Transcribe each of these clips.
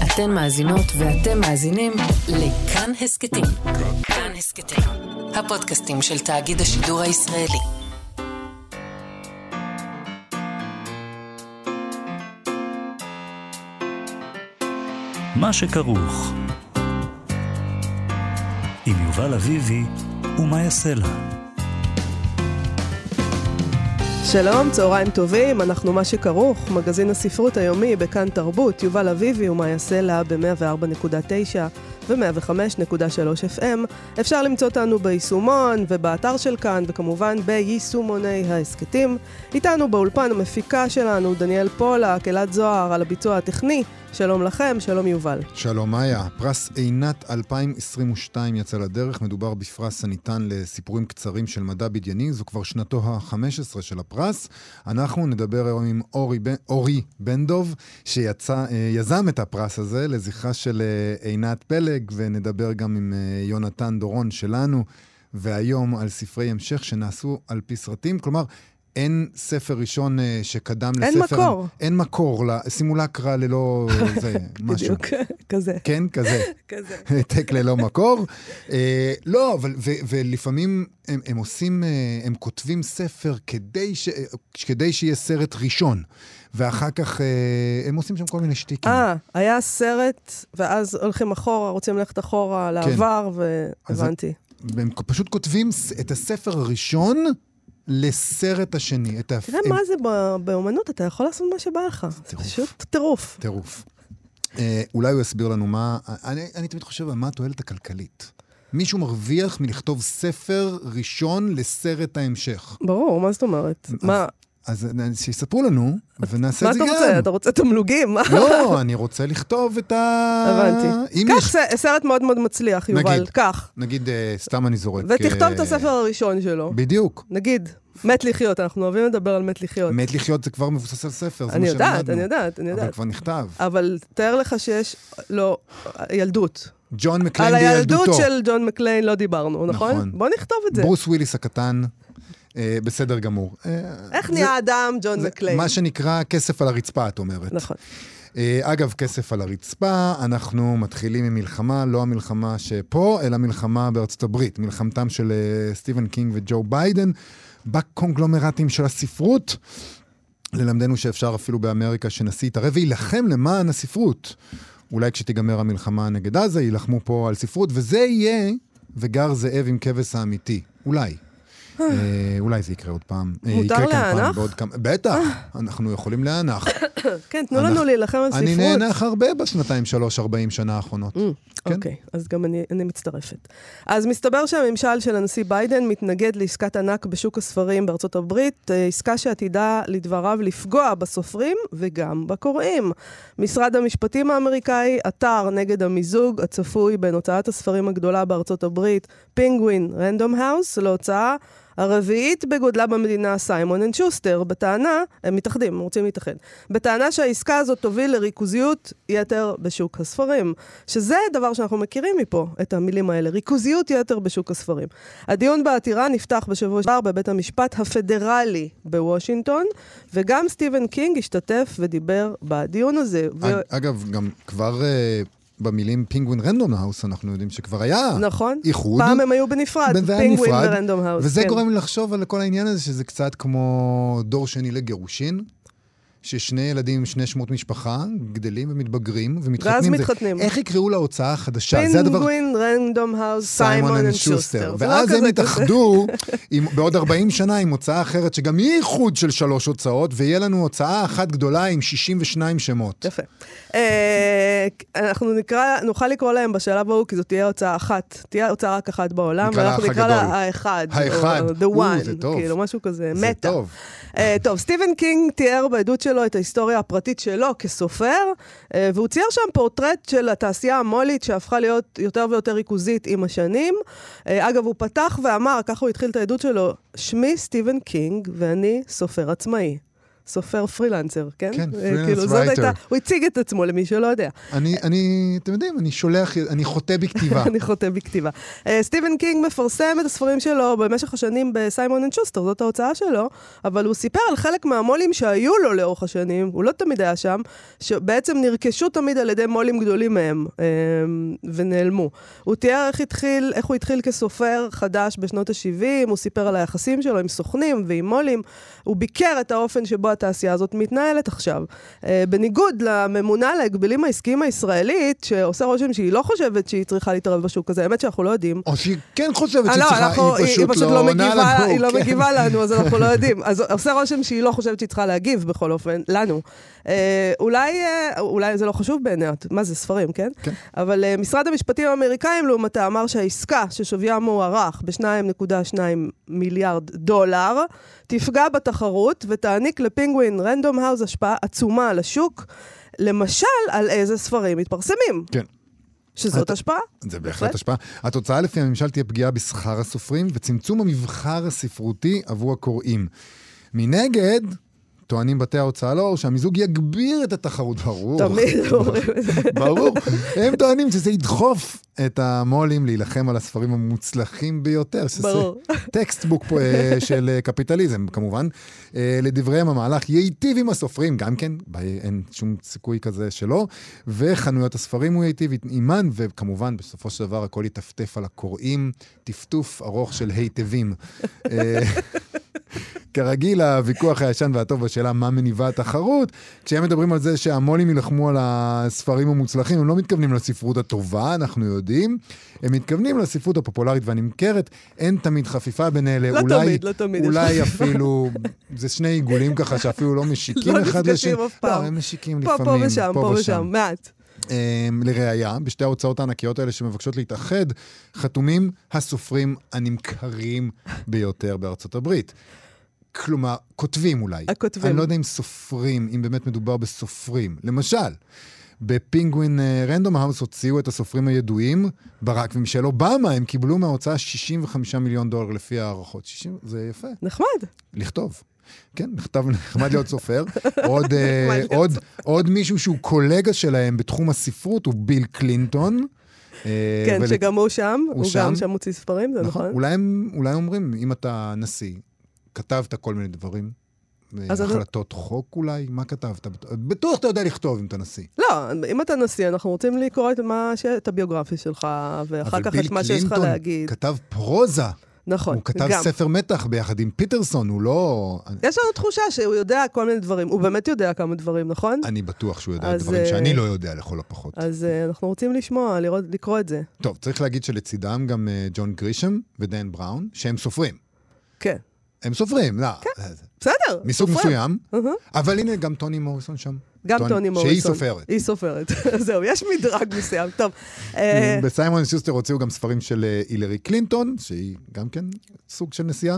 אתן מאזינות ואתם מאזינים לכאן הסקטים. כאן הסקטים, הפודקאסטים של תאגיד השידור הישראלי. מה שכרוך עם יובל אביבי ומה יעשה לה. שלום, צהריים טובים, אנחנו מה שכרוך, מגזין הספרות היומי בכאן תרבות, יובל אביבי ומה יעשה לה ב-104.9 ו-105.3 FM. אפשר למצוא אותנו ביישומון ובאתר של כאן, וכמובן ביישומוני ההסקטים. איתנו באולפן המפיקה שלנו, דניאל פולק, אלעד זוהר, על הביצוע הטכני. שלום לכם, שלום יובל. שלום מאיה. פרס עינת 2022 יצא לדרך. מדובר בפרס הניתן לסיפורים קצרים של מדע בדיוני. זו כבר שנתו ה-15 של הפרס. אנחנו נדבר היום עם אורי בנדוב, שיזם את הפרס הזה לזכרה של עינת פלג, ונדבר גם עם יונתן דורון שלנו, והיום על ספרי המשך שנעשו על פי סרטים. כלומר, אין ספר ראשון שקדם לספר... אין מקור. אין מקור, סימולקרה ללא זה, משהו. בדיוק, כזה. כן, כזה. כזה. העתק ללא מקור. לא, אבל, ולפעמים הם עושים, הם כותבים ספר כדי שיהיה סרט ראשון, ואחר כך הם עושים שם כל מיני שטיקים. היה סרט, ואז הולכים אחורה, רוצים ללכת אחורה לעבר, והבנתי. הם פשוט כותבים את הספר הראשון, לסרט השני. תראה מה זה באומנות, אתה יכול לעשות מה שבא לך. זה פשוט טירוף. טירוף. אולי הוא יסביר לנו מה... אני תמיד חושב על מה התועלת הכלכלית. מישהו מרוויח מלכתוב ספר ראשון לסרט ההמשך. ברור, מה זאת אומרת? אז שיספרו לנו, ונעשה את זה גם. מה אתה רוצה? אתה רוצה תמלוגים? לא, אני רוצה לכתוב את ה... הבנתי. כך סרט מאוד מאוד מצליח, יובל. כך. נגיד, סתם אני זורק. ותכתוב את הספר הראשון שלו. בדיוק. נגיד, מת לחיות, אנחנו אוהבים לדבר על מת לחיות. מת לחיות זה כבר מבוסס על ספר. אני יודעת. אבל כבר נכתב. אבל תאר לך שיש לו ילדות. ג'ון מקליין בילדותו. על הילדות של ג'ון מקליין לא דיברנו, נכון? בוא נכתוב את זה. ברוס וויליס הקטן. בסדר גמור. איך נהיה אדם ג'ון מקליין? מה שנקרא כסף על הרצפה, את אומרת. נכון. אגב, כסף על הרצפה, אנחנו מתחילים עם מלחמה, לא המלחמה שפה, אלא מלחמה בארצות הברית. מלחמתם של סטיבן קינג וג'ו ביידן, בקונגלומרטים של הספרות. ללמדנו שאפשר אפילו באמריקה שנשיא יתערב וילחם למען הספרות. אולי כשתיגמר המלחמה נגד עזה, ילחמו פה על ספרות, וזה יהיה וגר זאב עם כבש האמיתי. אולי זה יקרה עוד פעם. מותר להנח? בטח, אנחנו יכולים להנח. כן, תנו לנו להילחם על ספרות. אני נהנח הרבה בשנתיים, 40 שנה האחרונות. אוקיי, אז גם אני מצטרפת. אז מסתבר שהממשל של הנשיא ביידן מתנגד לעסקת ענק בשוק הספרים בארצות הברית, עסקה שעתידה לדבריו לפגוע בסופרים וגם בקוראים. משרד המשפטים האמריקאי עתר נגד המיזוג הצפוי בין הוצאת הספרים הגדולה בארצות הברית, פינגווין רנדום האוס, להוצאה הרביעית בגודלה במדינה סיימון אנד שוסטר, בטענה, הם מתאחדים, הם רוצים להתאחד, בטענה שהעסקה הזאת תוביל לריכוזיות יתר בשוק הספרים, שזה דבר שאנחנו מכירים מפה, את המילים האלה, ריכוזיות יתר בשוק הספרים. הדיון בעתירה נפתח בשבוע שעבר בבית המשפט הפדרלי בוושינגטון, וגם סטיבן קינג השתתף ודיבר בדיון הזה. אגב, גם כבר... במילים פינגווין רנדום האוס, אנחנו יודעים שכבר היה נכון. איחוד. פעם הם היו בנפרד, פינגווין ורנדום האוס. וזה גורם לי לחשוב על כל העניין הזה, שזה קצת כמו דור שני לגירושין, ששני ילדים, 2 שמות משפחה, גדלים ומתבגרים, ומתחתנים. ואז מתחתנים. איך יקראו להוצאה החדשה? פינגווין, רנדום האוס, סיימון אנד שוסטר. ואז הם התאחדו בעוד 40 שנה עם הוצאה אחרת, שגם היא איחוד של 3 הוצאות, ויהיה לנו הוצאה אחת גדולה עם 62 שמות. יפה. אנחנו נוכל לקרוא להם בשלב ההוא, כי זאת תהיה הוצאה אחת. תהיה הוצאה רק אחת בעולם, ואנחנו נקרא לה האחד. האחד. The one. זה טוב. כאילו, משהו כזה. זה מטה. טוב. טוב, סטיבן קינג תיאר בעדות שלו את ההיסטוריה הפרטית שלו כסופר, והוא צייר שם פורטרט של התעשייה המולית שהפכה להיות יותר ויותר ריכוזית עם השנים. אגב, הוא פתח ואמר, ככה הוא התחיל את העדות שלו, שמי סטיבן קינג ואני סופר עצמאי. סופר פרילנסר, כן? כן, פרילנס רייטר. הוא הציג את עצמו למי שלא יודע. אתם יודעים, אני חוטא בכתיבה. אני חוטא בכתיבה. סטיבן קינג מפרסם את הספרים שלו במשך השנים בסיימון אנד שוסטר, זאת ההוצאה שלו, אבל הוא סיפר על חלק מהמולים שהיו לו לאורך השנים, הוא לא תמיד היה שם, שבעצם נרכשו תמיד על ידי מולים גדולים מהם, ונעלמו. הוא תיאר איך הוא התחיל כסופר חדש בשנות ה-70, הוא סיפר על היחסים שלו עם סוכנים ועם מולים, הוא ביקר את האופן שבו התעשייה הזאת מתנהלת עכשיו. בניגוד לממונה להגבלים העסקיים הישראלית, שעושה רושם שהיא לא חושבת שהיא צריכה להתערב בשוק הזה, האמת שאנחנו לא יודעים. או שהיא כן חושבת שהיא צריכה, היא פשוט לא עונה לנו. היא לא מגיבה לנו, אז אנחנו לא יודעים. אז עושה רושם שהיא לא חושבת שהיא צריכה להגיב בכל אופן, לנו. אולי זה לא חשוב בעיניית, מה זה ספרים, כן? כן. אבל משרד המשפטים האמריקאים לעומתה אמר שהעסקה ששוויה מוערך ב$2.2 מיליארד, תפגע בתחרות ותעניק לפינגווין רנדום האוס השפעה עצומה על השוק, למשל על איזה ספרים מתפרסמים. כן. שזאת השפעה? זה בהחלט השפעה. התוצאה לפי הממשל תהיה פגיעה בשכר הסופרים וצמצום המבחר הספרותי עבור הקוראים. מנגד, טוענים בתי ההוצאה לאור שהמיזוג יגביר את התחרות. ברור. תמיד אומרים את זה. ברור. הם טוענים שזה ידחוף את המולים להילחם על הספרים המוצלחים ביותר. ברור. טקסטבוק של קפיטליזם, כמובן. לדבריהם המהלך ייטיב עם הסופרים, גם כן, אין שום סיכוי כזה שלא, וחנויות הספרים הוא ייטיב עימן, וכמובן, בסופו של דבר, הכל יטפטף על הקוראים, טפטוף ארוך של היטבים. כרגיל, הוויכוח הישן והטוב בשאלה מה מניבה התחרות, כשהם מדברים על זה שהמולים ילחמו על הספרים המוצלחים, הם לא מתכוונים לספרות הטובה, אנחנו יודעים, הם מתכוונים לספרות הפופולרית והנמכרת, אין תמיד חפיפה בין אלה, לא תמיד. אולי אפילו, זה שני עיגולים ככה שאפילו לא משיקים אחד לשני. לא נפגשים אף פעם. לא, הם משיקים לפעמים, פה ושם, מעט. לראיה, בשתי ההוצאות הענקיות האלה שמבקשות להתאחד, חתומים הסופרים הנמכרים ביותר בארצות הברית. כלומר, כותבים אולי. הכותבים. אני לא יודע אם סופרים, אם באמת מדובר בסופרים. למשל, בפינגווין רנדום האוס הוציאו את הסופרים הידועים, ברק ומישל אובמה, הם קיבלו מההוצאה $65 מיליון לפי הערכות. 60, זה יפה. נחמד. לכתוב. כן, נחמד להיות סופר. עוד מישהו שהוא קולגה שלהם בתחום הספרות הוא ביל קלינטון. כן, שגם הוא שם. הוא גם שם מוציא ספרים, זה נכון. אולי אומרים, אם אתה נשיא, כתבת כל מיני דברים, החלטות חוק אולי, מה כתבת? בטוח אתה יודע לכתוב אם אתה נשיא. לא, אם אתה נשיא, אנחנו רוצים לקרוא את הביוגרפיה שלך, ואחר כך את מה שיש לך להגיד. אבל ביל קלינטון כתב פרוזה. נכון. הוא כתב ספר מתח ביחד עם פיטרסון, הוא לא... יש לנו תחושה שהוא יודע כל מיני דברים, הוא באמת יודע כמה דברים, נכון? אני בטוח שהוא יודע דברים שאני לא יודע לכל הפחות. אז אנחנו רוצים לשמוע, לקרוא את זה. טוב, צריך להגיד שלצידם גם ג'ון גרישם ודן בראון, שהם סופרים. כן. הם סופרים, לא. כן, בסדר. מסוג מסוים, אבל הנה גם טוני מוריסון שם. גם טוני מוריסון. שהיא סופרת. היא סופרת. זהו, יש מדרג מסוים. טוב. בסיימון שוסטר הוציאו גם ספרים של הילרי קלינטון, שהיא גם כן סוג של נשיאה,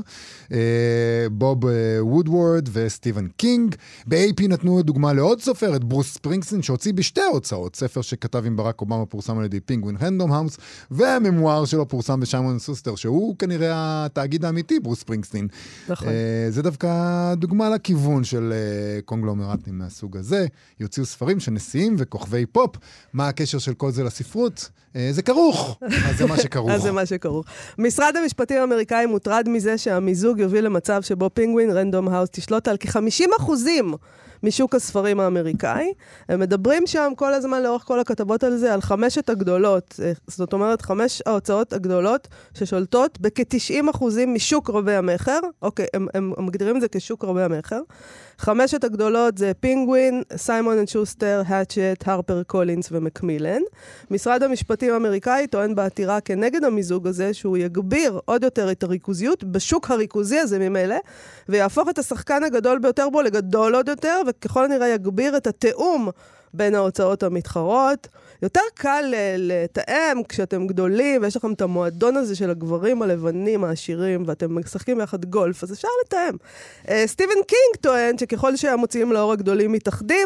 בוב וודוורד וסטיבן קינג. ב-AP נתנו דוגמה לעוד סופר, את ברוס ספרינגסטין, שהוציא בשתי הוצאות, ספר שכתב עם ברק אובמה פורסם על ידי פינגווין רנדום האוס, והממואר שלו פורסם בסיימון שוסטר, שהוא כנראה התאגיד האמיתי, ברוס ספרינגסטין. נכון. זה דווקא דוגמה לכיוון של קונגלומרטים מהסוג הזה. יוציאו ספרים של נשיאים וכוכבי פופ. מה הקשר של כל זה לספרות? זה כרוך. אז זה מה שכרוך. אז זה מה שכרוך. משרד המשפטים האמריקאי מוטרד מזה שהמיזוג יוביל למצב שבו פינגווין רנדום האוס תשלוט על כ-50% משוק הספרים האמריקאי. הם מדברים שם כל הזמן לאורך כל הכתבות על זה, על 5 הגדולות. זאת אומרת, 5 ההוצאות הגדולות ששולטות בכ-90% משוק רבי המחר. אוקיי, הם מגדירים את זה כשוק רבי המחר. 5 הגדולות זה פינגווין, סיימון אנד שוסטר, האצ'ט, הרפר קולינס ומקמילן. משרד המשפטים האמריקאי טוען בעתירה כנגד המיזוג הזה, שהוא יגביר עוד יותר את הריכוזיות בשוק הריכוזי הזה ממילא, ויהפוך את השחקן הגדול ביותר בו לגדול עוד יותר, וככל הנראה יגביר את התאום בין ההוצאות המתחרות. יותר קל לתאם כשאתם גדולים, ויש לכם את המועדון הזה של הגברים הלבנים העשירים, ואתם משחקים ביחד גולף, אז אפשר לתאם. סטיבן קינג טוען שככל שהמוציאים לאור הגדולים מתאחדים,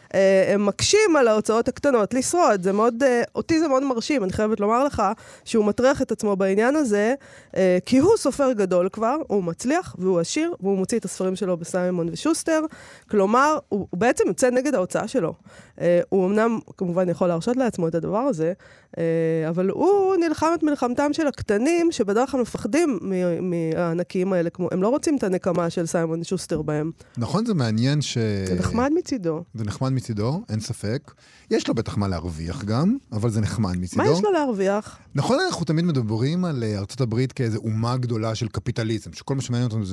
הם מקשים על ההוצאות הקטנות לשרוד. זה מאוד, אותי זה מאוד מרשים, אני חייבת לומר לך שהוא מטרח את עצמו בעניין הזה, כי הוא סופר גדול כבר, הוא מצליח והוא עשיר, והוא מוציא את הספרים שלו בסיימון ושוסטר, כלומר, הוא בעצם יוצא נגד ההוצאה שלו. הוא אמנם כמובן יכול להרשות לעצמו את הדבר הזה, אבל הוא נלחם את מלחמתם של הקטנים, שבדרך כלל מפחדים מהענקים האלה, כמו, הם לא רוצים את הנקמה של סיימון שוסטר בהם. נכון, זה מעניין זה נחמד מצידו. זה נחמד מצידו, אין ספק. יש לו בטח מה להרוויח גם, אבל זה נחמד מצידו. מה יש לו להרוויח? נכון, אנחנו תמיד מדברים על ארצות הברית כאיזו אומה גדולה של קפיטליזם, שכל מה שמעניין אותנו זה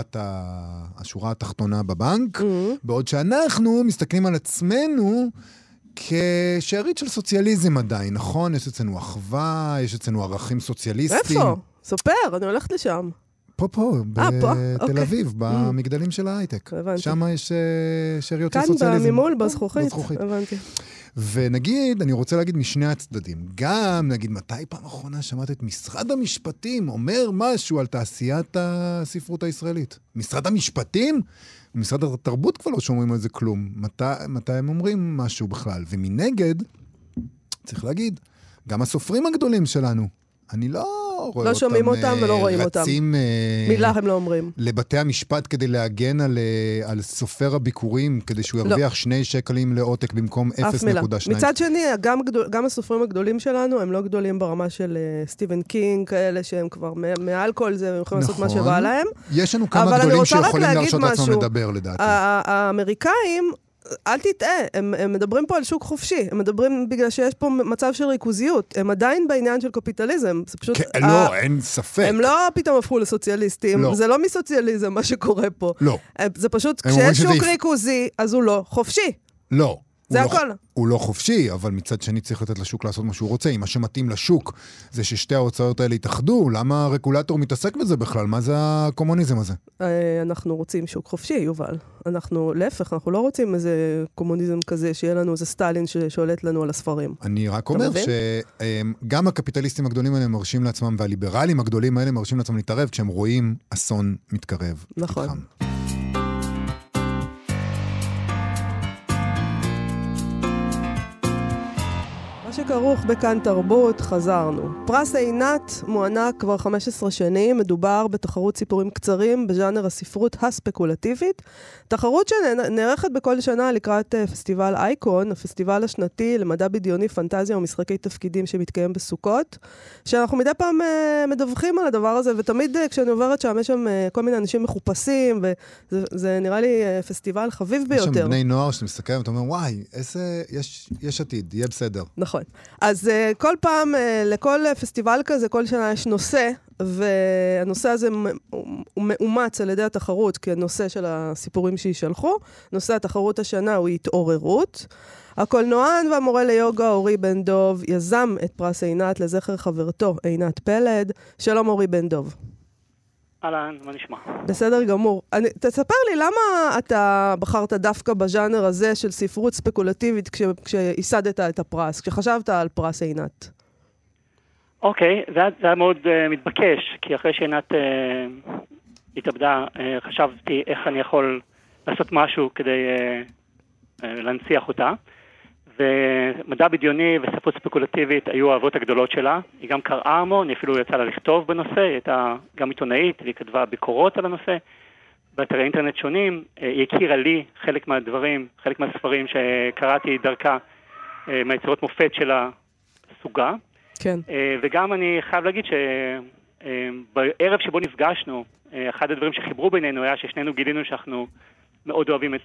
השורה התחתונה בבנק, בעוד שאנחנו מסתכלים על עצמנו כשארית של סוציאליזם עדיין, נכון? יש אצלנו אחווה, יש אצלנו ערכים סוציאליסטיים. איפה? ספר, אני הולכת לשם. פה, בתל אביב, במגדלים של ההייטק. שם יש שאריות של סוציאליזם. כאן ממול, בזכוכית. הבנתי. ונגיד, אני רוצה להגיד משני הצדדים. גם, נגיד, מתי פעם אחרונה שמעת את משרד המשפטים אומר משהו על תעשיית הספרות הישראלית? משרד המשפטים? משרד התרבות כבר לא שומעים על זה כלום. מתי הם אומרים משהו בכלל? ומנגד, צריך להגיד, גם הסופרים הגדולים שלנו, אני לא רואה לא שומעים אותם ולא רואים אותם. רצים מילה הם לא אומרים. לבתי המשפט כדי להגן על סופר הביקורים, כדי שהוא ירוויח 2 שקלים לעותק במקום 0.2. מצד שני, גם הסופרים הגדולים שלנו, הם לא גדולים ברמה של סטיבן קינג, כאלה שהם כבר מעל כל זה, הם יכולים לעשות מה שבא להם. יש לנו כמה גדולים שיכולים להרשות לעצמם לדבר, לדעתי. האמריקאים, אל תטעה, הם מדברים פה על שוק חופשי, הם מדברים בגלל שיש פה מצב של ריכוזיות, הם עדיין בעניין של קפיטליזם, זה פשוט... לא, אין ספק. הם לא פתאום הפכו לסוציאליסטים, זה לא מסוציאליזם מה שקורה פה. לא. זה פשוט, כשיש שוק ריכוזי, אז הוא לא חופשי. לא. זה הכל. הוא לא חופשי, אבל מצד שני צריך לתת לשוק לעשות מה שהוא רוצה. אם מה שמתאים לשוק זה ששתי ההוצאות האלה יתאחדו, למה הרגולטור מתעסק בזה בכלל? מה זה הקומוניזם הזה? אנחנו רוצים שוק חופשי, יובל. להפך, אנחנו לא רוצים איזה קומוניזם כזה, שיהיה לנו איזה סטלין ששולט לנו על הספרים. אני רק אומר שגם הקפיטליסטים הגדולים האלה מרשים לעצמם, והליברלים הגדולים האלה מרשים לעצמם להתערב, כשהם רואים אסון מתקרב. נכון. שכרוך בכאן תרבות, חזרנו. פרס עינת מוענק כבר 15 שנים, מדובר בתחרות סיפורים קצרים בז'אנר הספרות הספקולטיבית. תחרות שנערכת בכל שנה לקראת פסטיבל אייקון, הפסטיבל השנתי למדע בדיוני, פנטזיה ומשחקי תפקידים שמתקיים בסוכות, שאנחנו מדי פעם מדווחים על הדבר הזה, ותמיד כשאני עוברת שם, יש שם כל מיני אנשים מחופשים, וזה נראה לי פסטיבל חביב ביותר. יש שם בני נוער שאתה מסתכל ואתה אומר, וואי, יש עתיד, יהיה בסדר. נכון. אז כל פעם, לכל פסטיבל כזה, כל שנה יש נושא, והנושא הזה הוא מאומץ על ידי התחרות, כי הנושא של הסיפורים שישלחו, נושא התחרות השנה הוא התעוררות. הקולנוען והמורה ליוגה אורי בן דוב יזם את פרס עינת לזכר חברתו עינת פלד. שלום אורי בן דוב. אהלן, מה נשמע? בסדר גמור. תספר לי, למה אתה בחרת דווקא בז'אנר הזה של ספרות ספקולטיבית כשייסדת את הפרס, כשחשבת על פרס עינת? אוקיי, זה היה מאוד מתבקש, כי אחרי שעינת התאבדה, חשבתי איך אני יכול לעשות משהו כדי להנציח אותה. ומדע בדיוני וספרות ספקולטיבית היו האהבות הגדולות שלה. היא גם קראה המון, היא אפילו יצאה לה לכתוב בנושא, היא הייתה גם עיתונאית, והיא כתבה ביקורות על הנושא, באתרי אינטרנט שונים. היא הכירה לי חלק מהדברים, חלק מהספרים שקראתי דרכה, מהיצירות מופת של הסוגה. כן. וגם אני חייב להגיד שבערב שבו נפגשנו, אחד הדברים שחיברו בינינו היה ששנינו גילינו שאנחנו מאוד אוהבים את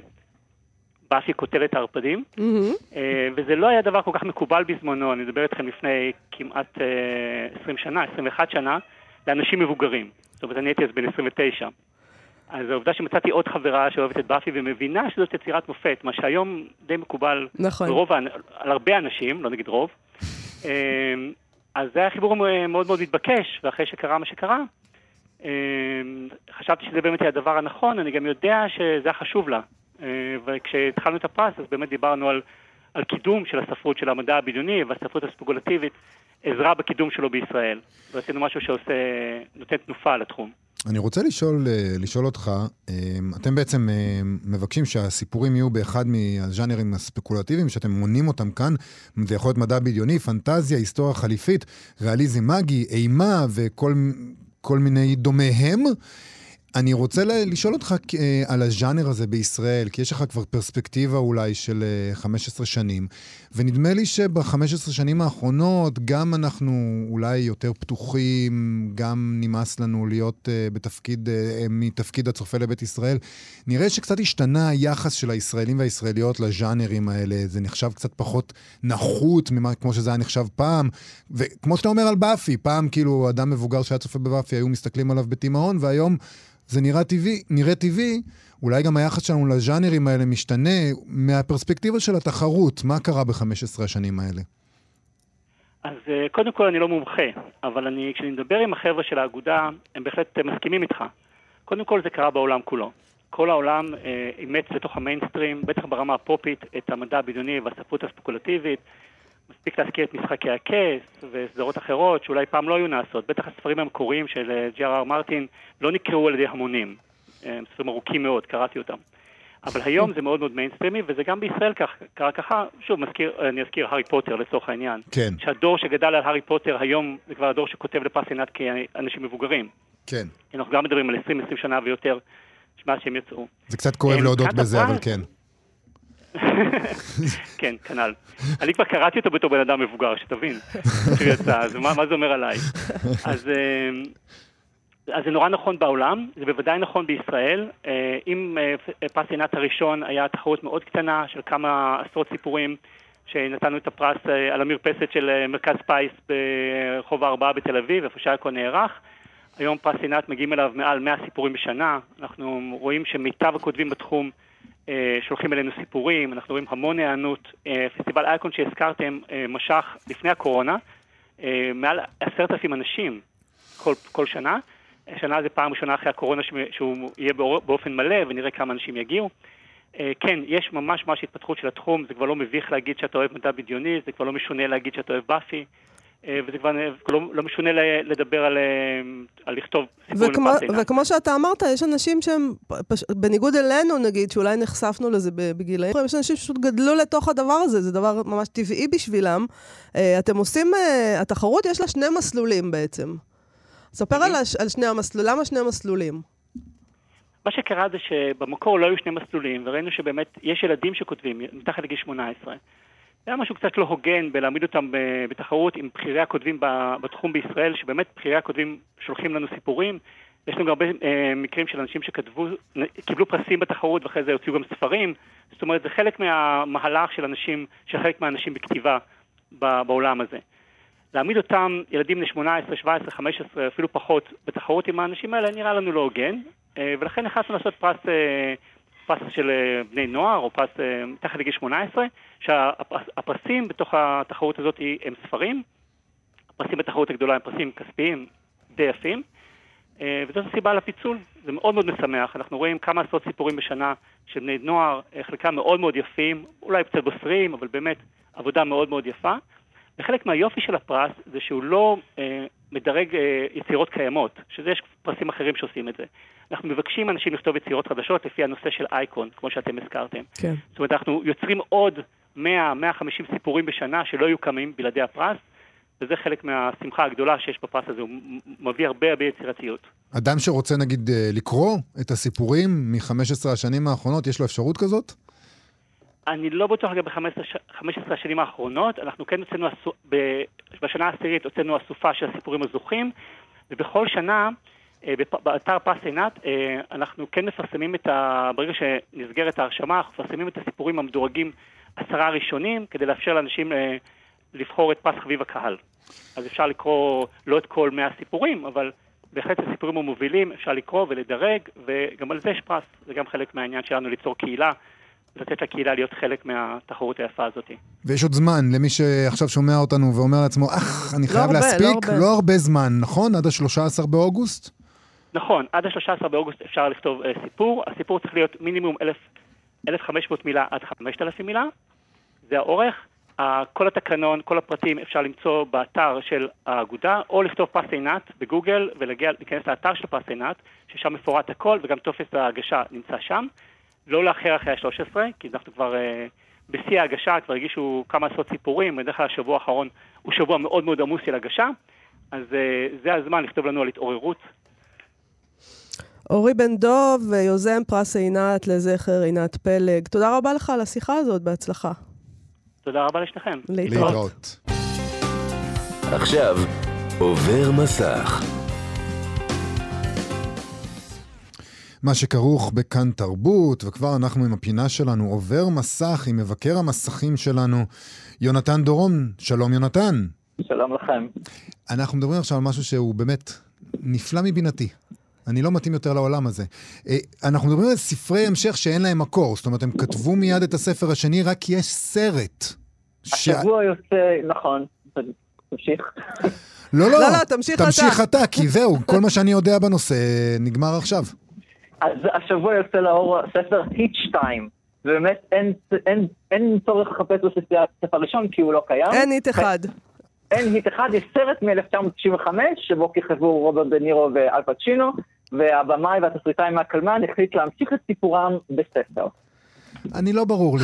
באפי כותלת הערפדים, וזה לא היה דבר כל כך מקובל בזמנו, אני מדבר איתכם לפני כמעט 20 שנה, 21 שנה, לאנשים מבוגרים. זאת אומרת, אני הייתי אז בן 29. אז העובדה שמצאתי עוד חברה שאוהבת את באפי ומבינה שזאת יצירת מופת, מה שהיום די מקובל על הרבה אנשים, לא נגיד רוב. אז זה היה חיבור מאוד מאוד מתבקש, ואחרי שקרה מה שקרה, חשבתי שזה באמת היה הדבר הנכון, אני גם יודע שזה היה חשוב לה. וכשהתחלנו את הפרס, אז באמת דיברנו על קידום של הספרות של המדע הבדיוני והספרות הספקולטיבית, עזרה בקידום שלו בישראל. ועשינו משהו נותן תנופה לתחום. אני רוצה לשאול אותך, אתם בעצם מבקשים שהסיפורים יהיו באחד מהז'אנרים הספקולטיביים, שאתם מונים אותם כאן, זה יכול להיות מדע בדיוני, פנטזיה, היסטוריה חליפית, ריאליזם מגי, אימה וכל מיני דומיהם. אני רוצה לשאול אותך על הז'אנר הזה בישראל, כי יש לך כבר פרספקטיבה אולי של 15 שנים, ונדמה לי שב-15 שנים האחרונות גם אנחנו אולי יותר פתוחים, גם נמאס לנו להיות מתפקיד הצופה לבית ישראל. נראה שקצת השתנה היחס של הישראלים והישראליות לז'אנרים האלה, זה נחשב קצת פחות נחות כמו שזה היה נחשב פעם, וכמו שאתה אומר על באפי, פעם כאילו אדם מבוגר שהיה צופה בבאפי היו מסתכלים עליו בתימהון, והיום זה נראה טבעי, אולי גם היחס שלנו לז'אנרים האלה משתנה מהפרספקטיבה של התחרות. מה קרה ב-15 השנים האלה? אז קודם כל אני לא מומחה, אבל כשאני מדבר עם החבר'ה של האגודה, הם בהחלט מסכימים איתך. קודם כל זה קרה בעולם כולו. כל העולם אימץ לתוך המיינסטרים, בטח ברמה הפופית, את המדע הבדיוני והספרות הספקולטיבית. מספיק להזכיר את משחקי הכס וסדרות אחרות שאולי פעם לא היו נעשות. בטח הספרים המקוריים של ג'י.אר.אר. מרטין לא נקראו על ידי המונים. ספרים ארוכים מאוד, קראתי אותם. אבל היום זה מאוד מאוד מיינסטרימי, וזה גם בישראל קרה ככה. שוב, אני אזכיר הארי פוטר לצורך העניין. כן. שהדור שגדל על הארי פוטר היום זה כבר הדור שכותב לפס עינת כאנשים מבוגרים. כן. אנחנו גם מדברים על 20 שנה ויותר מאז שהם יצאו. זה קצת כואב להודות בזה, אבל כן. כן, כנ"ל. אני כבר קראתי אותו בתור בן אדם מבוגר, שתבין. אז מה זה אומר עליי? אז זה נורא נכון בעולם, זה בוודאי נכון בישראל. אם פס עינת הראשון היה תחרות מאוד קטנה של כמה עשרות סיפורים, שנתנו את הפרס על המרפסת של מרכז פייס ברחוב 4 בתל אביב, איפה שהכל נערך. היום פס עינת מגיעים אליו מעל 100 סיפורים בשנה. אנחנו רואים שמיטב הכותבים בתחום שולחים אלינו סיפורים, אנחנו רואים המון הענות. פסטיבל אייקון שהזכרתם משך לפני הקורונה, מעל 10,000 אנשים כל שנה. שנה זה פעם ראשונה אחרי הקורונה שהוא יהיה באופן מלא, ונראה כמה אנשים יגיעו. כן, יש ממש התפתחות של התחום, זה כבר לא מביך להגיד שאתה אוהב מדע בדיוני, זה כבר לא משונה להגיד שאתה אוהב באפי, וזה כבר לא משונה לדבר על לכתוב סיפור לפס עינת. וכמו שאתה אמרת, יש אנשים שהם, בניגוד אלינו נגיד, שאולי נחשפנו לזה בגילאים, יש אנשים שפשוט גדלו לתוך הדבר הזה, זה דבר ממש טבעי בשבילם. אתם עושים, התחרות יש לה 2 מסלולים בעצם. ספר על 2 המסלולים, למה 2 מסלולים? מה שקרה זה שבמקור לא היו 2 מסלולים, וראינו שבאמת יש ילדים שכותבים, מתחת לגיל 18. זה היה משהו קצת לא הוגן בלהעמיד אותם בתחרות עם בחירי הכותבים בתחום בישראל, שבאמת בחירי הכותבים שולחים לנו סיפורים. יש לנו הרבה מקרים של אנשים שכתבו, קיבלו פרסים בתחרות ואחרי זה הוציאו גם ספרים. זאת אומרת, זה חלק מהמהלך של אנשים, של חלק מהאנשים בכתיבה בעולם הזה. להעמיד אותם, ילדים בני 18, 17, 15, אפילו פחות, בתחרות עם האנשים האלה, נראה לנו לא הוגן. ולכן נכנסנו לעשות פרס של בני נוער, או פרס מתחת לגיל 18, שהפרסים בתוך התחרות הזאת הם ספרים. הפרסים בתחרות הגדולה הם פרסים כספיים די יפים, וזאת הסיבה לפיצול. זה מאוד מאוד משמח. אנחנו רואים כמה עשרות סיפורים בשנה של בני נוער, חלקם מאוד מאוד יפים, אולי קצת בוסריים, אבל באמת עבודה מאוד מאוד יפה. וחלק מהיופי של הפרס זה שהוא לא מדרג יצירות קיימות, שזה יש פרסים אחרים שעושים את זה. אנחנו מבקשים אנשים לכתוב יצירות חדשות לפי הנושא של אייקון, כמו שאתם הזכרתם. כן. זאת אומרת, אנחנו יוצרים עוד 100-150 סיפורים בשנה שלא יהיו קמים בלעדי הפרס, וזה חלק מהשמחה הגדולה שיש בפרס הזה, הוא מביא הרבה יצירתיות. אדם שרוצה נגיד לקרוא את הסיפורים מ-15 השנים האחרונות, יש לו אפשרות כזאת? אני לא בטוח לגבי 15 השנים האחרונות, אנחנו כן הוצאנו, בשנה העשירית הוצאנו אסופה של הסיפורים הזוכים, ובכל שנה, באתר פס עינת, אנחנו כן מפרסמים ברגע שנסגרת ההרשמה, אנחנו מפרסמים את הסיפורים המדורגים 10 הראשונים, כדי לאפשר לאנשים לבחור את פס חביב הקהל. אז אפשר לקרוא לא את כל 100 סיפורים, אבל בהחלט הסיפורים המובילים אפשר לקרוא ולדרג, וגם על זה יש פרס. זה גם חלק מהעניין שלנו ליצור קהילה, לתת לקהילה להיות חלק מהתחרות היפה הזאת. ויש עוד זמן למי שעכשיו שומע אותנו ואומר לעצמו, אני חייב להספיק, לא הרבה זמן, נכון? עד ה-13 באוגוסט? נכון, עד ה-13 באוגוסט אפשר לכתוב סיפור. הסיפור צריך להיות מינימום 1,500 מילה עד 5,000 מילה. זה האורך. כל התקנון, כל הפרטים אפשר למצוא באתר של האגודה, או לכתוב פרס עינת בגוגל ולהיכנס לאתר של פרס עינת, ששם מפורט הכל, וגם טופס ההגשה נמצא שם. לא לאחר אחרי ה-13, כי אנחנו כבר בשיא ההגשה, כבר הגישו כמה עשרות סיפורים, בדרך כלל השבוע האחרון הוא שבוע מאוד מאוד עמוס של הגשה, אז זה הזמן לכתוב לנו על התעוררות. אורי בן דוב, יוזם פרס עינת לזכר עינת פלג. תודה רבה לך על השיחה הזאת, בהצלחה. תודה רבה לשניכם. להתראות. עכשיו עובר מסך. מה שכרוך בכאן תרבות, וכבר אנחנו עם הפינה שלנו עובר מסך עם מבקר המסכים שלנו, יונתן דורון. שלום יונתן. שלום לכם. אנחנו מדברים עכשיו על משהו שהוא באמת נפלא מבינתי. אני לא מתאים יותר לעולם הזה. אנחנו מדברים על ספרי המשך שאין להם מקור, זאת אומרת, הם כתבו מיד את הספר השני, רק כי יש סרט. השבוע יוצא, נכון, תמשיך. לא, תמשיך אתה, כי זהו, כל מה שאני יודע בנושא נגמר עכשיו. אז השבוע יוצא לאור ספר היט 2, ובאמת אין צורך לחפש בספר ראשון, כי הוא לא קיים. אין היט אחד. אין היט אחד, יש סרט מ-1995, שבו כיכבו רוברט דה נירו ואל פצ'ינו, והבמאי והתסריטאי מהקלמן החליט להמשיך את סיפורם בספר. אני לא ברור לי.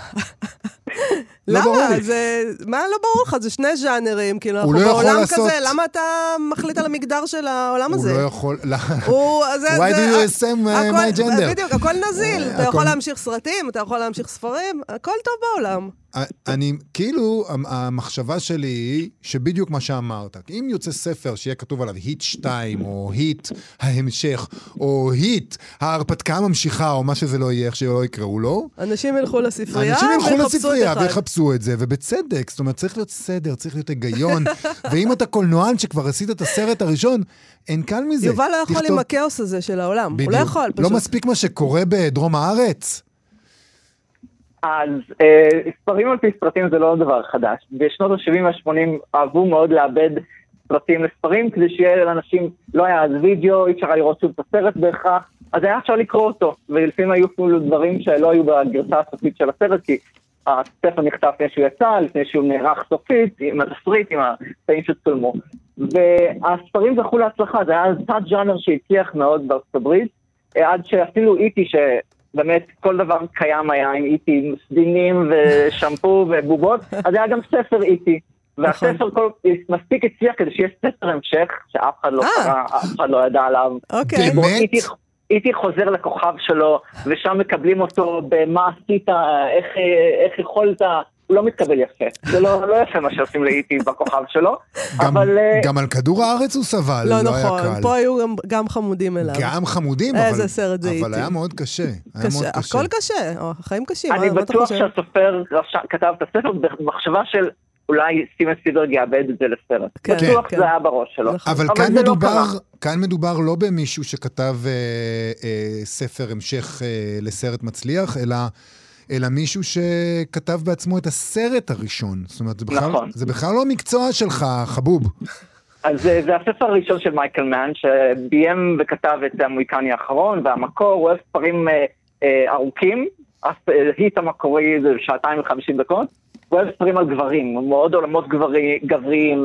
למה? מה לא ברור לך? זה שני ז'אנרים, כאילו, אנחנו בעולם כזה, למה אתה מחליט על המגדר של העולם הזה? הוא לא יכול... Why do you assume my gender? בדיוק, הכל נזיל. אתה יכול להמשיך סרטים, אתה יכול להמשיך ספרים, הכל טוב בעולם. אני, כאילו, המחשבה שלי היא שבדיוק מה שאמרת, אם יוצא ספר שיהיה כתוב עליו היט 2, או היט ההמשך, או היט ההרפתקה הממשיכה, או מה שזה לא יהיה, איך שלא יקראו לו, אנשים ילכו לספרייה ויחפשו את זה, ובצדק, זאת אומרת, צריך להיות סדר, צריך להיות היגיון, ואם אתה קולנוען שכבר עשית את הסרט הראשון, אין קל מזה. יובל לא יכול עם הכאוס הזה של העולם, הוא לא יכול פשוט. לא מספיק מה שקורה בדרום הארץ. אז ספרים על פי סרטים זה לא דבר חדש. בשנות ה-70 וה-80 אהבו מאוד לאבד סרטים לספרים, כדי שיהיה לאנשים, לא היה אז וידאו, אי אפשר לראות שוב את הסרט בהכרח, אז היה אפשר לקרוא אותו, ולפעמים היו אפילו דברים שלא היו בגרסה הסופית של הסרט, כי הספר נכתב לפני שהוא יצא, לפני שהוא נערך סופית, עם התסריט, עם הקטעים שצולמו. והספרים זכו להצלחה, זה היה תת ז'אנר שהצליח מאוד בארצות הברית, עד שאפילו איטי באמת כל דבר קיים היה עם איטי, סדינים ושמפו ובובות, אז היה גם ספר איטי, והספר מספיק הצליח כדי שיהיה ספר המשך, שאף אחד לא קרא, אף אחד לא ידע עליו. באמת? איטי חוזר לכוכב שלו, ושם מקבלים אותו במה עשית, איך יכולת, הוא לא מתקבל יפה. זה לא יפה מה שעושים לאיטי בכוכב שלו, אבל... גם על כדור הארץ הוא סבל, לא היה קל. לא נכון, פה היו גם חמודים אליו. גם חמודים, איזה סרט זה איטי. אבל היה מאוד קשה. הכל קשה, החיים קשים. אני בטוח שהסופר כתב את הספר במחשבה של אולי סטיבן ספילברג יאבד את זה לסרט. בטוח זה היה בראש שלו. אבל כאן מדובר לא במישהו שכתב ספר המשך לסרט מצליח, אלא מישהו שכתב בעצמו את הסרט הראשון. זאת אומרת, זה בכלל לא המקצוע שלך, חבוב. אז זה הספר הראשון של מייקל מן, שביים וכתב את המוהיקני האחרון, והמקור הוא אוהב ספרים ארוכים, היט המקורי זה 2:50, הוא אוהב ספרים על גברים, מאוד עולמות גבריים,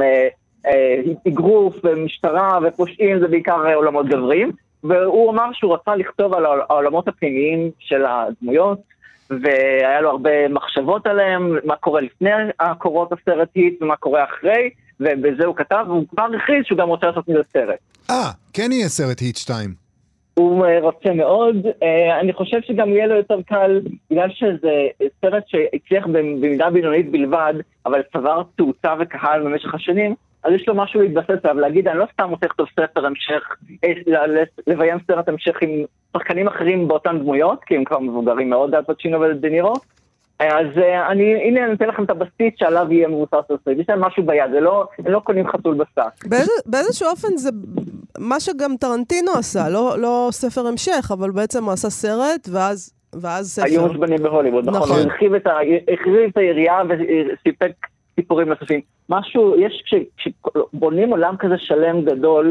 אגרוף ומשטרה ופושעים, זה בעיקר עולמות גבריים, והוא אמר שהוא רצה לכתוב על העולמות הפנימיים של הדמויות, והיה לו הרבה מחשבות עליהם, מה קורה לפני הקורות הסרט היט ומה קורה אחרי, ובזה הוא כתב, והוא כבר הכריז שהוא גם רוצה לעשות מזה סרט. כן יהיה סרט היט 2. הוא רוצה מאוד, אני חושב שגם יהיה לו יותר קל, בגלל שזה סרט שהצליח במידה בינונית בלבד, אבל צבר תאוצה וקהל במשך השנים, אז יש לו משהו להתבסס עליו, להגיד, אני לא סתם רוצה לכתוב ספר המשך, לביים סרט המשך עם שחקנים אחרים באותן דמויות, כי הם כבר מבוגרים מאוד, אל פצ'ינו ודה נירו, אז הנה אני נותן לכם את הבסיס שעליו יהיה מבוסס הסרט, יש להם משהו ביד, הם לא קונים חתול בשק. באיזשהו אופן זה מה שגם טרנטינו עשה, לא ספר המשך, אבל בעצם הוא עשה סרט, ואז ספר. היו מושבנים בהוליווד, נכון. הוא הרחיב את היריעה וסיפק סיפורים נוספים. משהו, יש כשבונים עולם כזה שלם גדול,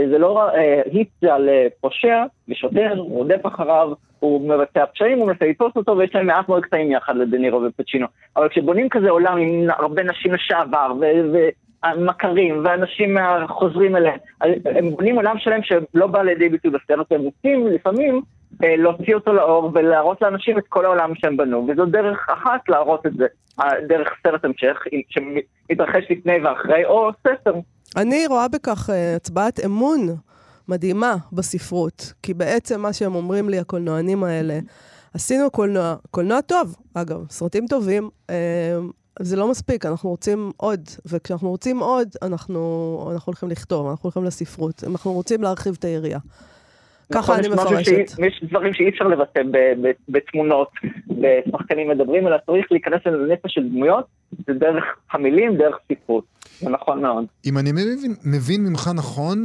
זה לא היט על פושע ושוטר, הוא רודף אחריו, הוא מבצע פשעים, הוא מנסה לתפוס אותו, ויש להם מעט מאוד קטעים יחד לדנירו ופצ'ינו. אבל כשבונים כזה עולם עם הרבה נשים לשעבר, ומכרים, ואנשים חוזרים אליהם, הם בונים עולם שלהם שלא בא לידי ביטוי בסרט, הם רוצים לפעמים להוציא אותו לאור, ולהראות לאנשים את כל העולם שהם בנו, וזו דרך אחת להראות את זה, דרך סרט המשך, שמתרחש לפני ואחרי, או ספר. אני רואה בכך הצבעת אמון מדהימה בספרות, כי בעצם מה שהם אומרים לי, הקולנוענים האלה, עשינו קולנוע טוב, אגב, סרטים טובים, זה לא מספיק, אנחנו רוצים עוד, וכשאנחנו רוצים עוד, אנחנו הולכים לכתוב, אנחנו הולכים לספרות, אנחנו רוצים להרחיב את היריעה. ככה אני מפרשת. יש דברים שאי אפשר לבטא בתמונות, בשחקנים מדברים, אלא צריך להיכנס לנפש של דמויות, זה דרך המילים, דרך ספרות. זה נכון מאוד. אם אני מבין ממך נכון,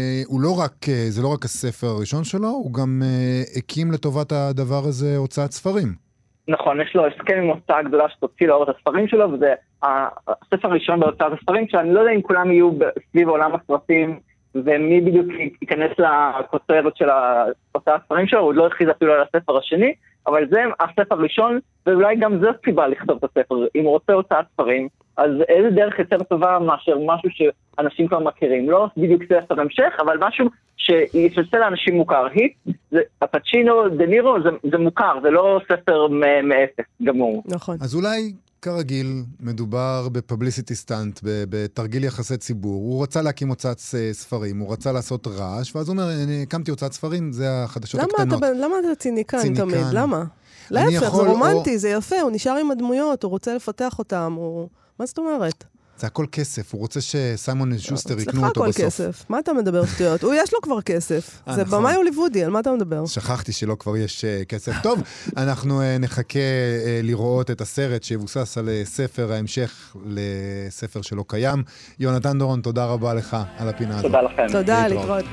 זה לא רק הספר הראשון שלו, הוא גם הקים לטובת הדבר הזה הוצאת ספרים. נכון, יש לו הסכם עם הוצאה גדולה שתוציא לאור את הספרים שלו, וזה הספר הראשון בהוצאת הספרים, שאני לא יודע אם כולם יהיו סביב עולם הסרטים, ומי בדיוק ייכנס לכותרת של הוצאת הספרים שלו, הוא עוד לא הכריז אפילו על הספר השני, אבל זה הספר הראשון, ואולי גם זו סיבה לכתוב את הספר. אם הוא רוצה הוצאת ספרים, אז איזה דרך יותר טובה מאשר משהו שאנשים כבר מכירים. לא בדיוק ספר המשך, אבל משהו שישלצה לאנשים מוכר. הפצ'ינו, דנירו, זה מוכר, זה לא ספר מאפס גמור. נכון. אז אולי כרגיל מדובר בפבליסיטי סטנט, בתרגיל יחסי ציבור. הוא רצה להקים הוצאת ספרים, הוא רצה לעשות רעש, ואז הוא אומר, אני הקמתי הוצאת ספרים, זה החדשות הקטנות. למה אתה ציניקן תמיד? למה? להפך, זה רומנטי, זה יפה, הוא נשאר עם הדמויות, הוא רוצה לפתח אותם, מה זאת אומרת? זה הכל כסף, הוא רוצה שסיימון שוסטר יקנו אותו בסוף. סליחה, הכל כסף. מה אתה מדבר שטויות? יש לו כבר כסף. זה במאי הוליוודי, על מה אתה מדבר? שכחתי שלא כבר יש כסף. טוב, אנחנו נחכה לראות את הסרט שיבוסס על ספר ההמשך לספר שלא קיים. יונתן דורון, תודה רבה לך על הפינה הזאת. תודה לכם. תודה, להתראות.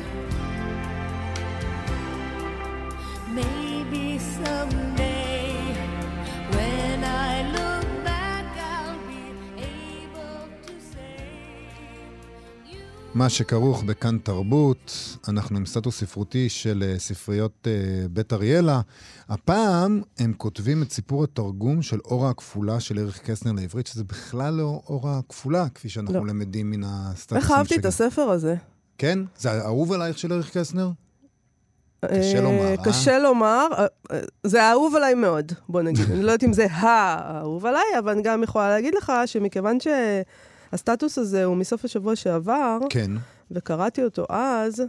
מה שכרוך בכאן תרבות, אנחנו עם סטטוס ספרותי של ספריות בית אריאלה. הפעם הם כותבים את סיפור התרגום של אורה הכפולה של אריך קסנר לעברית, שזה בכלל לא אורה הכפולה, כפי שאנחנו למדים מן הסטטוסים. איך אהבתי את הספר הזה? כן? זה אהוב עלייך של אריך קסנר? קשה לומר, קשה לומר, זה אהוב עליי מאוד, בוא נגיד. אני לא יודעת אם זה האהוב עליי, אבל אני גם יכולה להגיד לך שמכיוון הסטטוס הזה הוא מסוף השבוע שעבר, כן. וקראתי אותו אז.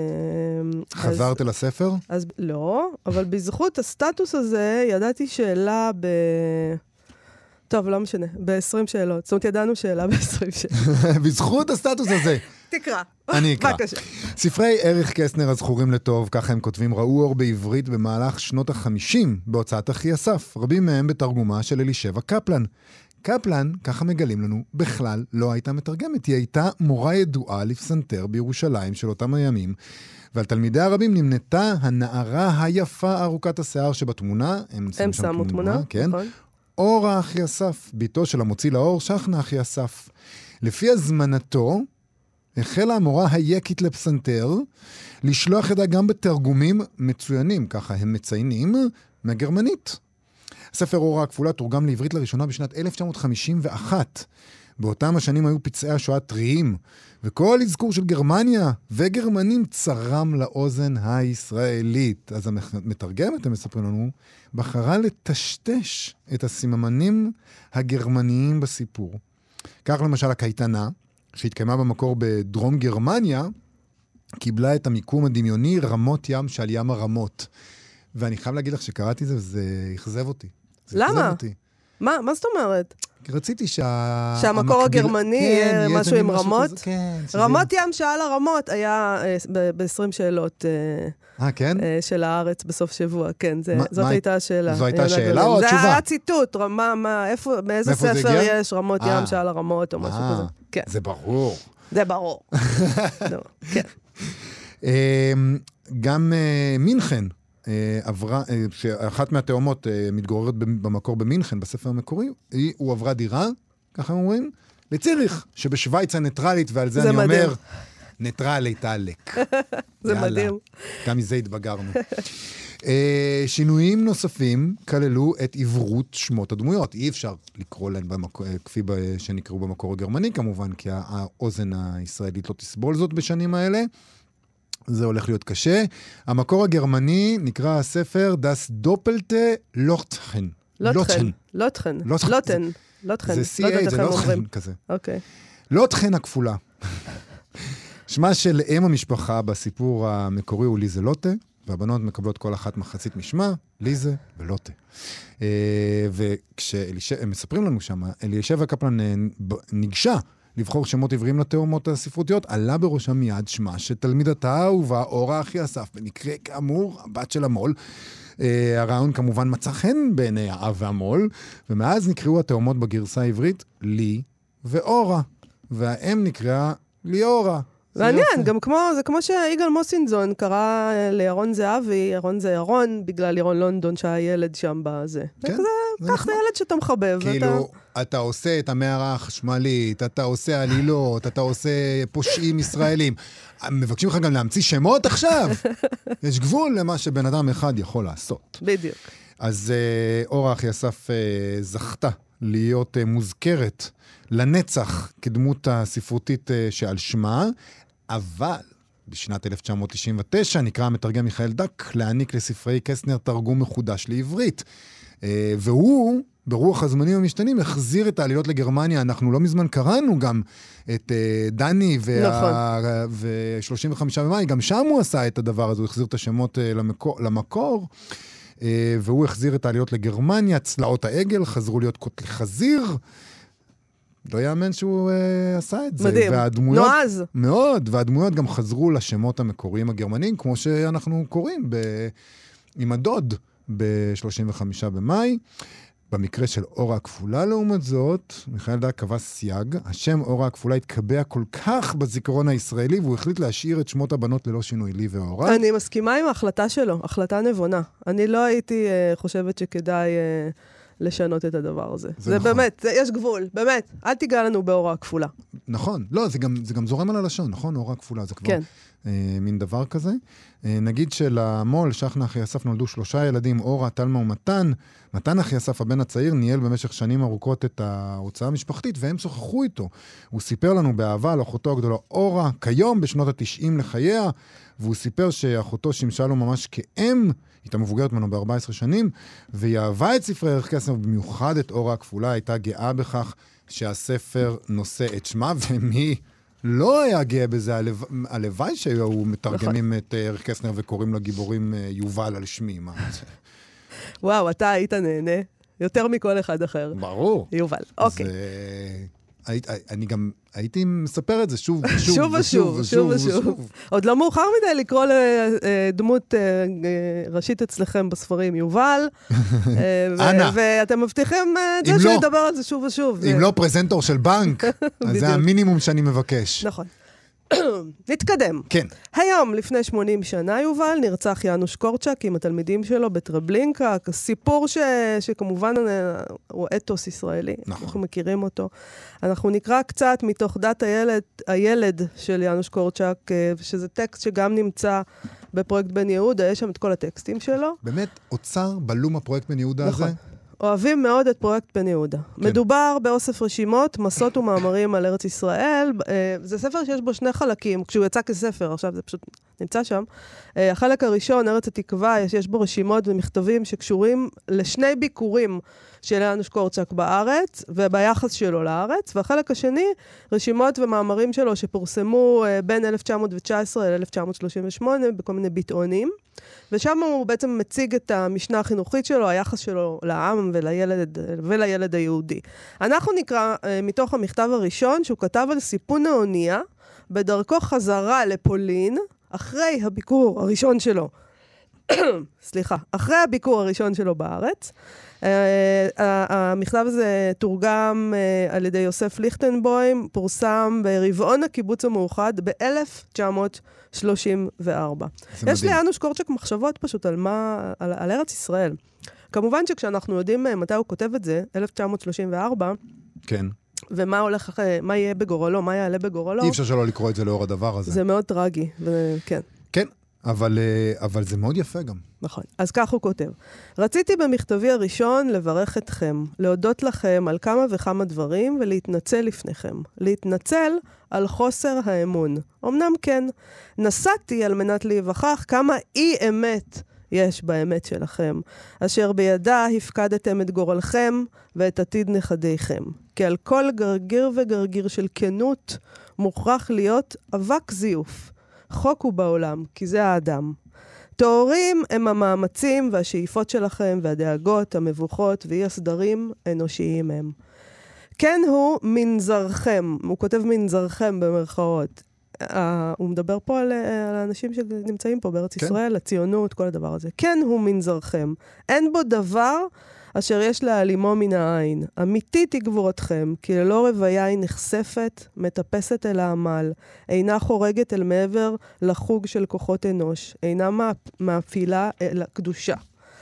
חזרת לספר? אז לא, אבל בזכות הסטטוס הזה ידעתי שאלה טוב, לא משנה, ב-20 שאלות. זאת אומרת, ידענו שאלה ב-20 שאלות. בזכות הסטטוס הזה. תקרא. אני אקרא. בבקשה. ספרי אריך קסנר הזכורים לטוב, ככה הם כותבים, ראו אור בעברית במהלך שנות ה-50 בהוצאת אחיאסף. רבים מהם בתרגומה של אלישבע קפלן. קפלן, ככה מגלים לנו, בכלל לא הייתה מתרגמת. היא הייתה מורה ידועה לפסנתר בירושלים של אותם הימים, ועל תלמידי הרבים נמנתה הנערה היפה ארוכת השיער שבתמונה, הם שמו תמונה, כן? נכון. אורה אחיאסף, ביתו של המוציא לאור, שחנה אחיאסף. לפי הזמנתו, החלה המורה היקית לפסנתר, לשלוח ידה גם בתרגומים מצוינים, ככה הם מציינים, מהגרמנית. הספר אורה הכפולה תורגם לעברית לראשונה בשנת 1951. באותם השנים היו פצעי השואה טריים, וכל אזכור של גרמניה וגרמנים צרם לאוזן הישראלית. אז המתרגמת, הם מספרים לנו, בחרה לטשטש את הסימנים הגרמניים בסיפור. כך למשל הקייטנה, שהתקיימה במקור בדרום גרמניה, קיבלה את המיקום הדמיוני רמות ים שעל ים הרמות. ואני חייב להגיד לך שקראתי זה, וזה יחזב אותי. למה? מה זאת אומרת? רציתי שהמקור הגרמני יהיה משהו עם רמות? כן. רמות ים שעל הרמות היה ב-20 שאלות של הארץ בסוף שבוע. כן, זאת הייתה השאלה. זו הייתה השאלה או התשובה? זה היה ציטוט, מאיזה ספר יש רמות ים שעל הרמות או משהו כזה. זה ברור. זה ברור. כן. גם מינכן. שאחת מהתאומות מתגוררת במקור במינכן, בספר המקורי, הוא עברה דירה, ככה אומרים, לציריך, שבשוויץ הניטרלית, ועל זה אני אומר, ניטרלי תעלק. זה מדהים. גם מזה התבגרנו. שינויים נוספים כללו את עברות שמות הדמויות. אי אפשר לקרוא להן כפי שנקראו במקור הגרמני, כמובן, כי האוזן הישראלית לא תסבול זאת בשנים האלה. זה הולך להיות קשה. המקור הגרמני נקרא הספר Das Doppelte Lottchen. לוטחן. זה CA, זה לוטחן כזה. אוקיי. לוטחן הכפולה. שמה של אם המשפחה בסיפור המקורי הוא ליזה לוטה, והבנות מקבלות כל אחת מחצית משמה, ליזה ולוטה. וכשהם מספרים לנו שם, אלישבע קפלן ניגשה לבחור שמות עבריים לתאומות הספרותיות, עלה בראשה מיד שמה שתלמידתה האהובה אורה אחיאסף, במקרה כאמור, הבת של המול. הרעיון כמובן מצא חן בעיני האב והמול, ומאז נקראו התאומות בגרסה העברית לי ואורה, והאם נקראה ליאורה. מעניין, זה כמו שיגאל מוסינזון קרא לירון זהבי, ירון זה ירון, בגלל ירון לונדון שהיה ילד שם בזה. כן, כך זה ילד שאתה מחבב. כאילו, אתה עושה את המערה החשמלית, אתה עושה עלילות, אתה עושה פושעים ישראלים. מבקשים לך גם להמציא שמות עכשיו. יש גבול למה שבן אדם אחד יכול לעשות. בדיוק. אז אורה אחיאסף זכתה להיות מוזכרת לנצח כדמות הספרותית שעל שמה, אבל בשנת 1999 נקרא המתרגם מיכאל דק להעניק לספרי קסנר תרגום מחודש לעברית. והוא, ברוח הזמנים המשתנים, החזיר את העלילות לגרמניה. אנחנו לא מזמן קראנו גם את דני ו-35 במאי, גם שם הוא עשה את הדבר הזה, הוא החזיר את השמות למקור, והוא החזיר את העלילות לגרמניה, צלעות העגל, חזרו להיות קוטלי חזיר, לא יאמן שהוא עשה את זה. מדהים, נועז. מאוד, והדמויות גם חזרו לשמות המקוריים הגרמניים, כמו שאנחנו קוראים עם הדוד ב-35 במאי. במקרה של אורה הכפולה לעומת זאת, מיכאל דק קבע סייג, השם אורה הכפולה התקבע כל כך בזיכרון הישראלי, והוא החליט להשאיר את שמות הבנות ללא שינוי, לי ואורה. אני מסכימה עם ההחלטה שלו, החלטה נבונה. אני לא הייתי חושבת שכדאי לשנות את הדבר הזה. זה נכון. באמת, יש גבול, באמת. אל תיגע לנו באורה הכפולה. נכון, לא, זה גם זורם על הלשון, נכון? אורה הכפולה, זה כבר כן. מין דבר כזה. נגיד שלמול, שחנה אחיאסף נולדו 3 ילדים, אורה, תלמה ומתן. מתן אחיאסף, הבן הצעיר, ניהל במשך שנים ארוכות את ההוצאה המשפחתית, והם שוחחו איתו. הוא סיפר לנו באהבה על אחותו הגדולה אורה, כיום בשנות ה-90 לחייה, והוא סיפר שאחותו שימשה לו ממש כאם, הייתה מבוגרת ממנו ב-14 שנים, והיא אהבה את ספרי ערך קסם, ובמיוחד את אורה הכפולה, הייתה גאה בכך שהספר נושא את שמה, ומי לא היה גאה בזה, הלוואי שהיו מתרגמים את ערך קסנר וקוראים לגיבורים יובל על שמי. וואו, אתה היית נהנה יותר מכל אחד אחר. ברור. יובל, אוקיי. אני גם הייתי מספר את זה שוב ושוב. עוד לא מאוחר מדי לקרוא לדמות ראשית אצלכם בספרים יובל, ואתם מבטיחים את זה שנדבר על זה שוב ושוב. אם לא פרזנטור של בנק, אז זה המינימום שאני מבקש. נכון. נתקדם. כן. היום, לפני 80 שנה, יובל, נרצח יאנוש קורצ'ק עם התלמידים שלו בטרבלינקה, סיפור שכמובן הוא אתוס ישראלי. נכון. אנחנו מכירים אותו. אנחנו נקרא קצת מתוך דת הילד של יאנוש קורצ'ק, שזה טקסט שגם נמצא בפרויקט בן יהודה, יש שם את כל הטקסטים שלו. באמת, אוצר בלום הפרויקט בן יהודה הזה? נכון. אוהבים מאוד את פרויקט בן יהודה. כן. מדובר באוסף רשימות, מסות ומאמרים על ארץ ישראל. זה ספר שיש בו 2 חלקים, כשהוא יצא כספר, עכשיו זה פשוט נמצא שם. החלק הראשון, ארץ התקווה, יש בו רשימות ומכתבים שקשורים לשני ביקורים של יאנוש קורצ'ק בארץ, וביחס שלו לארץ. והחלק השני, רשימות ומאמרים שלו שפורסמו בין 1919 ל-1938, בכל מיני ביטאונים. ושם הוא בעצם מציג את המשנה החינוכית שלו, היחס שלו לעם ולילד היהודי. אנחנו נקרא מתוך המכתב הראשון, שהוא כתב על סיפון האונייה, בדרכו חזרה לפולין, אחרי הביקור הראשון שלו. סליחה, אחרי הביקור הראשון שלו בארץ. המכתב הזה תורגם על ידי יוסף ליכטנבוים, פורסם ברבעון הקיבוץ המאוחד ב-1934. יש ליאנוש קורצ'ק מחשבות פשוט על ארץ ישראל. כמובן שכשאנחנו יודעים מתי הוא כותב את זה, 1934, כן. ומה הולך, מה יהיה בגורלו, מה יעלה בגורלו. אי אפשר שלא לקרוא את זה לאור הדבר הזה. זה מאוד טרגי, וכן. כן, אבל זה מאוד יפה גם. נכון. אז כך הוא כותב. רציתי במכתבי הראשון לברך אתכם, להודות לכם על כמה וכמה דברים ולהתנצל לפניכם. להתנצל על חוסר האמון. אמנם כן, נסעתי על מנת להיווכח כמה אי אמת יש באמת שלכם, אשר בידה הפקדתם את גורלכם ואת עתיד נכדיכם. כי על כל גרגיר וגרגיר של כנות מוכרח להיות אבק זיוף. חוק הוא בעולם, כי זה האדם. תאורים הם המאמצים והשאיפות שלכם והדאגות, המבוכות ואי הסדרים אנושיים הם. כן הוא מנזרכם, הוא כותב מנזרכם במרכאות. הוא מדבר פה על האנשים שנמצאים פה בארץ ישראל, הציונות, כל הדבר הזה. כן הוא מנזרכם. אין בו דבר אשר יש להעלימו מן העין. אמיתית היא גבורתכם, כי ללא רוויה היא נחשפת, מטפסת אל העמל, אינה חורגת אל מעבר לחוג של כוחות אנוש, אינה מאפילה אל הקדושה.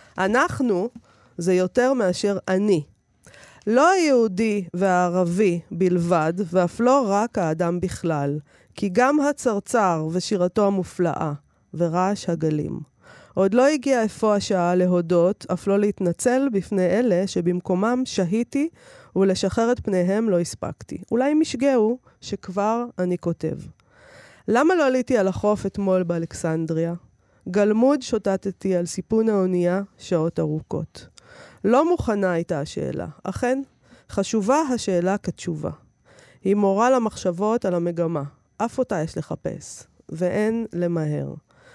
אנחנו זה יותר מאשר אני. לא היהודי והערבי בלבד, ואף לא רק האדם בכלל, כי גם הצרצר ושירתו המופלאה, ורעש הגלים. עוד לא הגיע אפוא השעה להודות, אף לא להתנצל בפני אלה שבמקומם שהיתי ולשחרר את פניהם לא הספקתי. אולי משגעו שכבר אני כותב. למה לא עליתי על החוף אתמול באלכסנדריה? גלמוד שוטטתי על סיפון האונייה שעות ארוכות. לא מוכנה הייתה השאלה. אכן, חשובה השאלה כתשובה. היא מורה למחשבות על המגמה. אף אותה יש לחפש, ואין למהר.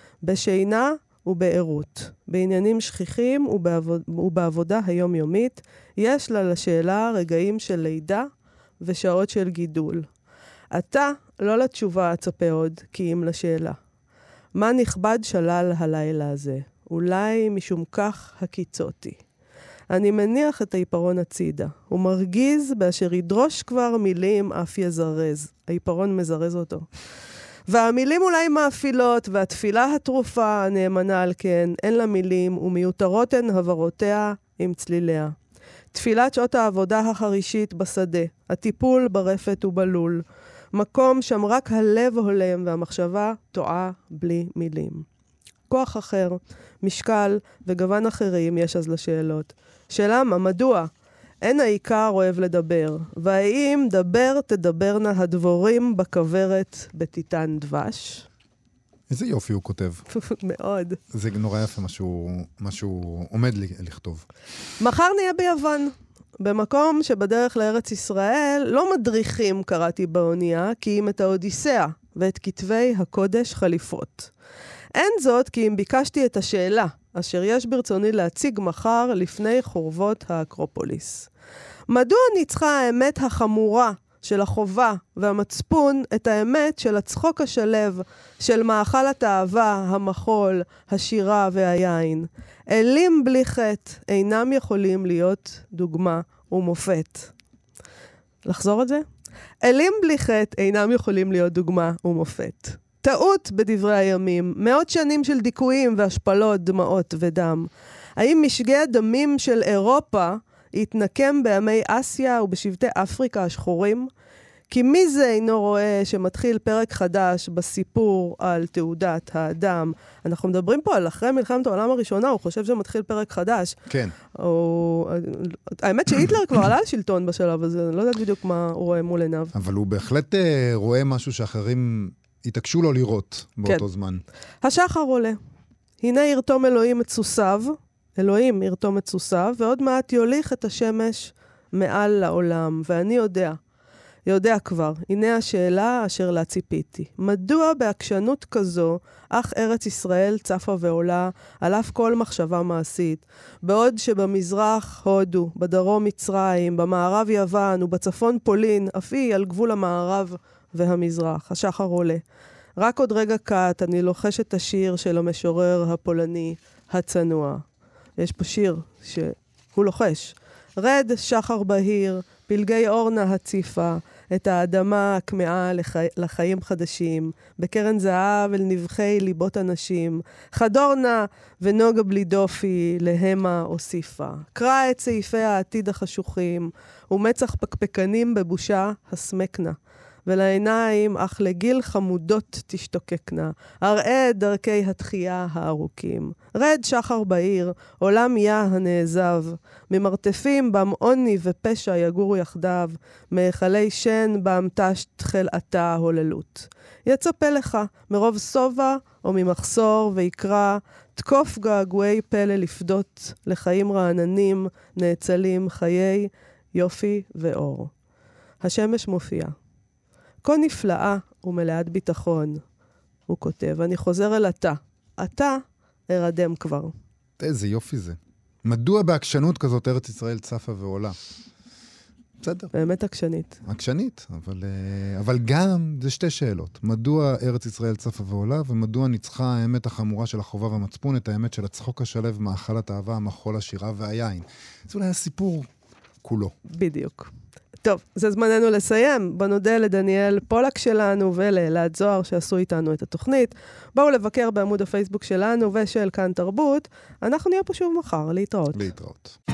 בשינה ובעירות, בעניינים שכיחים ובעבודה היומיומית, יש לה לשאלה רגעים של לידה ושעות של גידול. אתה לא לתשובה אצפה עוד, כי אם לשאלה. מה נכבד שלל הלילה הזה? אולי משום כך הקיצותי. אני מניח את העיפרון הצידה. הוא מרגיז באשר ידרוש כבר מילים אף יזרז. העיפרון מזרז אותו. והמילים אולי מאפילות, והתפילה התרופה הנאמנה על כן, אין לה מילים, ומיותרות הן הבורותיה עם צליליה. תפילת שעות העבודה החרישית בשדה, הטיפול ברפת ובלול, מקום שם רק הלב הולם והמחשבה טועה בלי מילים. כוח אחר, משקל וגוון אחרים יש אז לשאלות. שאלה מדוע? אין העיקר אוהב לדבר, והאם דבר תדברנה הדבורים בכברת בטיטן דבש? איזה יופי הוא כותב. מאוד. זה נורא יפה מה שהוא עומד לכתוב. מחר נהיה ביוון. במקום שבדרך לארץ ישראל לא מדריכים, קראתי באונייה, כי אם את האודיסאה ואת כתבי הקודש חליפות. אין זאת כי אם ביקשתי את השאלה, אשר יש ברצוני להציג מחר לפני חורבות האקרופוליס. מדוע ניצחה האמת החמורה של החובה והמצפון את האמת של הצחוק השלב של מאכל התאווה, המחול, השירה והיין? אלים בלי חטא אינם יכולים להיות דוגמה ומופת. לחזור את זה? אלים בלי חטא אינם יכולים להיות דוגמה ומופת. טעות בדברי הימים, מאות שנים של דיכויים והשפלות, דמעות ודם. האם משגי הדמים של אירופה יתנקם בימי אסיה ובשבטי אפריקה השחורים? כי מי זה אינו רואה שמתחיל פרק חדש בסיפור על תעודת האדם? אנחנו מדברים פה על אחרי מלחמת העולם הראשונה, הוא חושב שמתחיל פרק חדש. כן. האמת שהיטלר כבר עלה לשלטון בשלב הזה, אני לא יודעת בדיוק מה הוא רואה מול עיניו. אבל הוא בהחלט רואה משהו שאחרים התעקשו לו לראות באותו זמן. השחר עולה. הנה ירתום אלוהים את סוסיו, אלוהים ירתום את סוסיו, ועוד מעט יוליך את השמש מעל לעולם. ואני יודע כבר, הנה השאלה אשר לה ציפיתי. מדוע בעקשנות כזו, אך ארץ ישראל צפה ועולה, על אף כל מחשבה מעשית, בעוד שבמזרח הודו, בדרום מצרים, במערב יוון ובצפון פולין, אף היא על גבול המערב והמזרח. השחר עולה. רק עוד רגע קט אני לוחש את השיר של המשורר הפולני הצנוע. יש פה שיר שהוא לוחש. רד שחר בהיר, פלגי אורנה הציפה, את האדמה הכמעה לחיים חדשים, בקרן זהב אל נבחי ליבות אנשים, חדורנה ונוגה בלי דופי, להמה הוסיפה. קרא את סעיפי העתיד החשוכים, ומצח פקפקנים בבושה הסמקנה. ולעיניים, אך לגיל חמודות תשתוקקנה. הראה את דרכי התחייה הארוכים. רד שחר בעיר, עולם יה הנעזב. ממרתפים בם עוני ופשע יגורו יחדיו. מאכלי שן בם תשת חלעתה הוללות. יצפה לך מרוב סובה או ממחסור ויקרא, תקוף געגועי פלא לפדות לחיים רעננים, נאצלים חיי יופי ואור. השמש מופיעה. כה נפלאה ומלאת ביטחון, הוא כותב, אני חוזר אל אתה הרדם כבר. איזה יופי זה. מדוע בעקשנות כזאת ארץ ישראל צפה ועולה? בסדר. באמת עקשנית. עקשנית, אבל גם זה שתי שאלות. מדוע ארץ ישראל צפה ועולה, ומדוע ניצחה האמת החמורה של החובה והמצפון, את האמת של הצחוק השלב, מאכלת אהבה, המחול, השירה והיין. זה אולי הסיפור כולו. בדיוק. טוב, זה זמננו לסיים. בוא נודה לדניאל פולק שלנו ולאלעד זוהר שעשו איתנו את התוכנית. בואו לבקר בעמוד הפייסבוק שלנו ושל כאן תרבות. אנחנו נהיה פה שוב מחר. להתראות. להתראות.